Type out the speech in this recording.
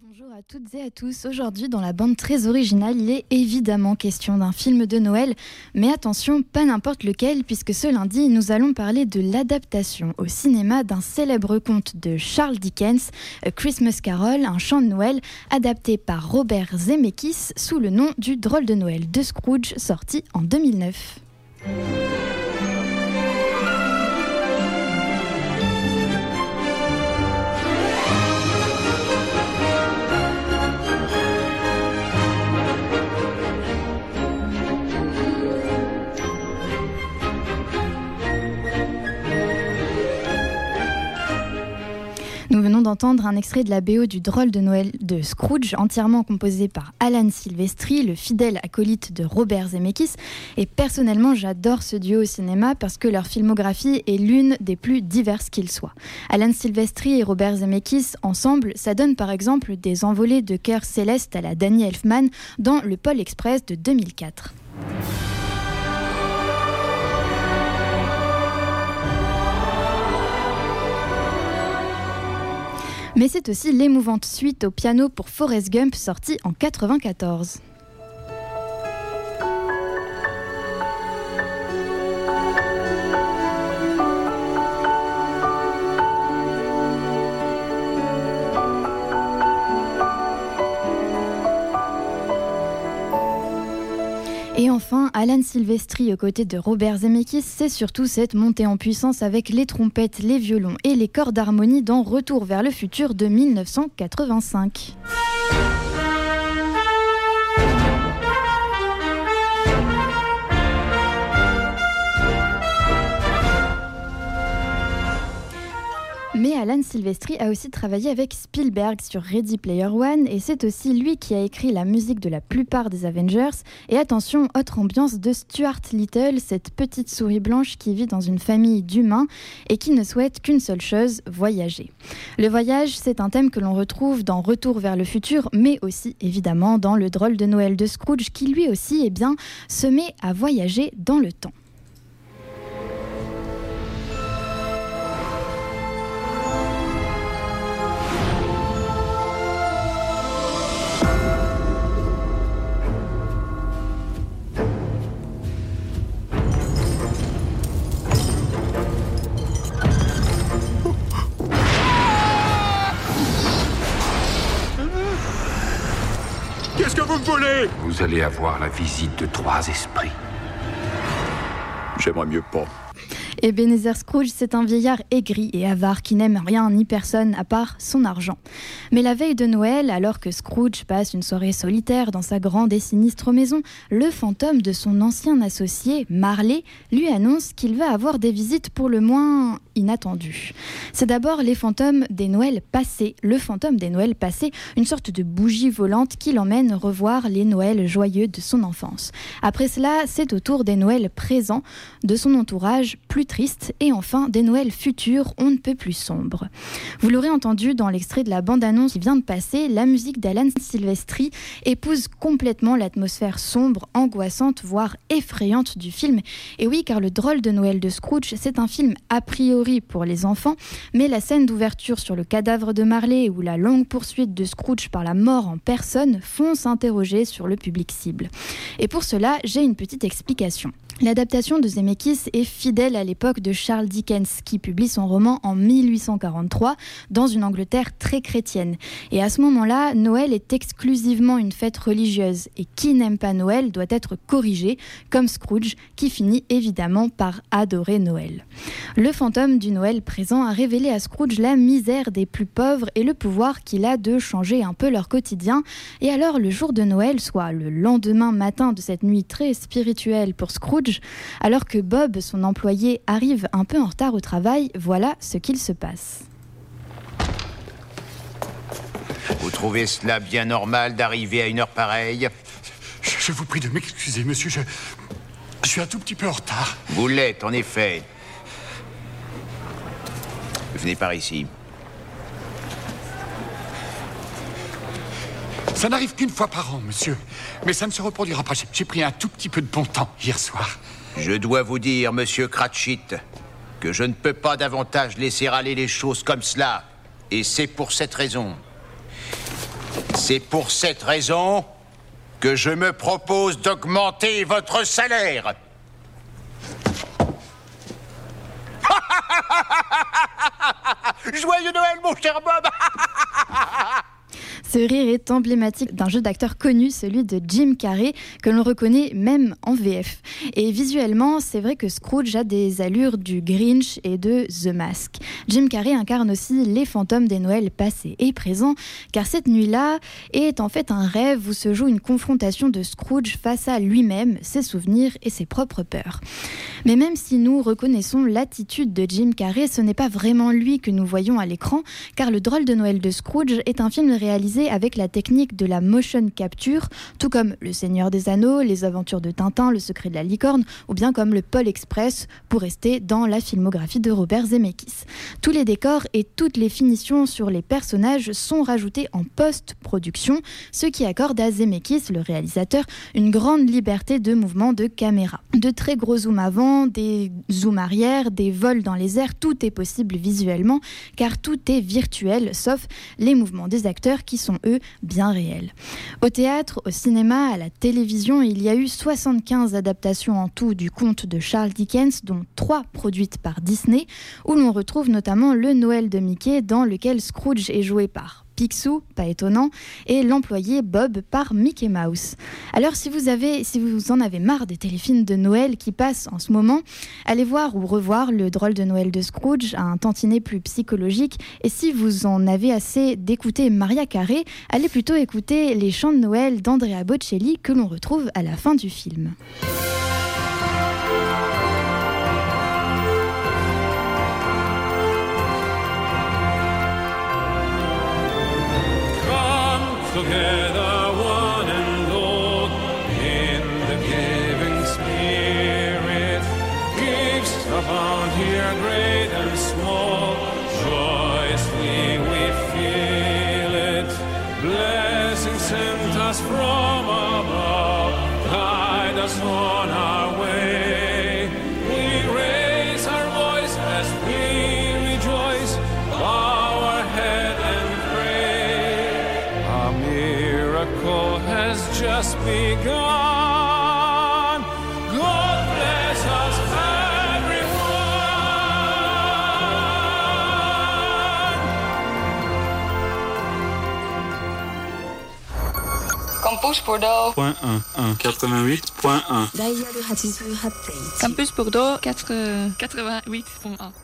Bonjour à toutes et à tous. Aujourd'hui, dans la bande très originale, il est évidemment question d'un film de Noël. Mais attention, pas n'importe lequel, puisque ce lundi, nous allons parler de l'adaptation au cinéma d'un célèbre conte de Charles Dickens, A Christmas Carol, un chant de Noël, adapté par Robert Zemeckis sous le nom du Drôle de Noël de Scrooge, sorti en 2009. Nous venons d'entendre un extrait de la BO du Drôle de Noël de Scrooge, entièrement composé par Alan Silvestri, le fidèle acolyte de Robert Zemeckis. Et personnellement, j'adore ce duo au cinéma parce que leur filmographie est l'une des plus diverses qu'il soit. Alan Silvestri et Robert Zemeckis, ensemble, ça donne par exemple des envolées de cœur céleste à la Danny Elfman dans Le Pôle Express de 2004. Mais c'est aussi l'émouvante suite au piano pour Forrest Gump, sortie en 1994. Et enfin, Alan Silvestri aux côtés de Robert Zemeckis, c'est surtout cette montée en puissance avec les trompettes, les violons et les corps d'harmonie dans Retour vers le futur de 1985. Mais Alan Silvestri a aussi travaillé avec Spielberg sur Ready Player One et c'est aussi lui qui a écrit la musique de la plupart des Avengers. Et attention, autre ambiance de Stuart Little, cette petite souris blanche qui vit dans une famille d'humains et qui ne souhaite qu'une seule chose, voyager. Le voyage, c'est un thème que l'on retrouve dans Retour vers le futur, mais aussi évidemment dans Le Drôle de Noël de Scrooge qui lui aussi se met à voyager dans le temps. Qu'est-ce que vous me voulez? Vous allez avoir la visite de 3 esprits. J'aimerais mieux pas. Ebenezer Scrooge, c'est un vieillard aigri et avare qui n'aime rien ni personne à part son argent. Mais la veille de Noël, alors que Scrooge passe une soirée solitaire dans sa grande et sinistre maison, le fantôme de son ancien associé, Marley, lui annonce qu'il va avoir des visites pour le moins inattendues. C'est d'abord le fantôme des Noëls passés, une sorte de bougie volante qui l'emmène revoir les Noëls joyeux de son enfance. Après cela, c'est au tour des Noëls présents, de son entourage plus triste, et enfin des Noëls futurs on ne peut plus sombres. Vous l'aurez entendu dans l'extrait de la bande-annonce qui vient de passer, la musique d'Alan Silvestri épouse complètement l'atmosphère sombre, angoissante, voire effrayante du film. Et oui, car Le Drôle de Noël de Scrooge, c'est un film a priori pour les enfants, mais la scène d'ouverture sur le cadavre de Marley ou la longue poursuite de Scrooge par la mort en personne font s'interroger sur le public cible. Et pour cela, j'ai une petite explication. L'adaptation de Zemeckis est fidèle à l'époque de Charles Dickens, qui publie son roman en 1843 dans une Angleterre très chrétienne. Et à ce moment-là, Noël est exclusivement une fête religieuse. Et qui n'aime pas Noël doit être corrigé, comme Scrooge, qui finit évidemment par adorer Noël. Le fantôme du Noël présent a révélé à Scrooge la misère des plus pauvres et le pouvoir qu'il a de changer un peu leur quotidien. Et alors, le jour de Noël, soit le lendemain matin de cette nuit très spirituelle pour Scrooge, alors que Bob, son employé, arrive un peu en retard au travail, voilà ce qu'il se passe. Vous trouvez cela bien normal d'arriver à une heure pareille? Je vous prie de m'excuser, monsieur, je suis un tout petit peu en retard. Vous l'êtes, en effet. Venez par ici. Ça n'arrive qu'une fois par an, monsieur. Mais ça ne se reproduira pas. J'ai pris un tout petit peu de bon temps hier soir. Je dois vous dire, monsieur Cratchit, que je ne peux pas davantage laisser aller les choses comme cela. Et c'est pour cette raison. C'est pour cette raison que je me propose d'augmenter votre salaire. Joyeux Noël, mon cher Bob. Ce rire est emblématique d'un jeu d'acteur connu, celui de Jim Carrey, que l'on reconnaît même en VF. Et visuellement, c'est vrai que Scrooge a des allures du Grinch et de The Mask. Jim Carrey incarne aussi les fantômes des Noëls passés et présents, car cette nuit-là est en fait un rêve où se joue une confrontation de Scrooge face à lui-même, ses souvenirs et ses propres peurs. Mais même si nous reconnaissons l'attitude de Jim Carrey, ce n'est pas vraiment lui que nous voyons à l'écran, car Le Drôle de Noël de Scrooge est un film réalisé avec la technique de la motion capture, tout comme Le Seigneur des Anneaux, Les Aventures de Tintin, Le Secret de la Licorne, ou bien comme le Pôle Express, pour rester dans la filmographie de Robert Zemeckis. Tous les décors et toutes les finitions sur les personnages sont rajoutés en post-production, ce qui accorde à Zemeckis, le réalisateur, une grande liberté de mouvement de caméra. De très gros zooms avant, des zooms arrière, des vols dans les airs, tout est possible visuellement, car tout est virtuel, sauf les mouvements des acteurs qui sont, eux, bien réels. Au théâtre, au cinéma, à la télévision, il y a eu 75 adaptations en tout du conte de Charles Dickens, dont 3 produites par Disney, où l'on retrouve notamment le Noël de Mickey, dans lequel Scrooge est joué par Picsou, pas étonnant, et l'employé Bob par Mickey Mouse. Alors si vous en avez marre des téléfilms de Noël qui passent en ce moment, allez voir ou revoir Le Drôle de Noël de Scrooge, un tantinet plus psychologique, et si vous en avez assez d'écouter Mariah Carey, allez plutôt écouter les chants de Noël d'Andrea Bocelli que l'on retrouve à la fin du film. Together one and all in the giving spirit, gifts abound here great and small, joyously we feel it, blessings sent us from above, guide us on our way, we raise our voice as we rejoice, bow our head and has just begun. God bless us, everyone. Campus Bordeaux. Point 1, 88.1. Campus Bordeaux 88.1.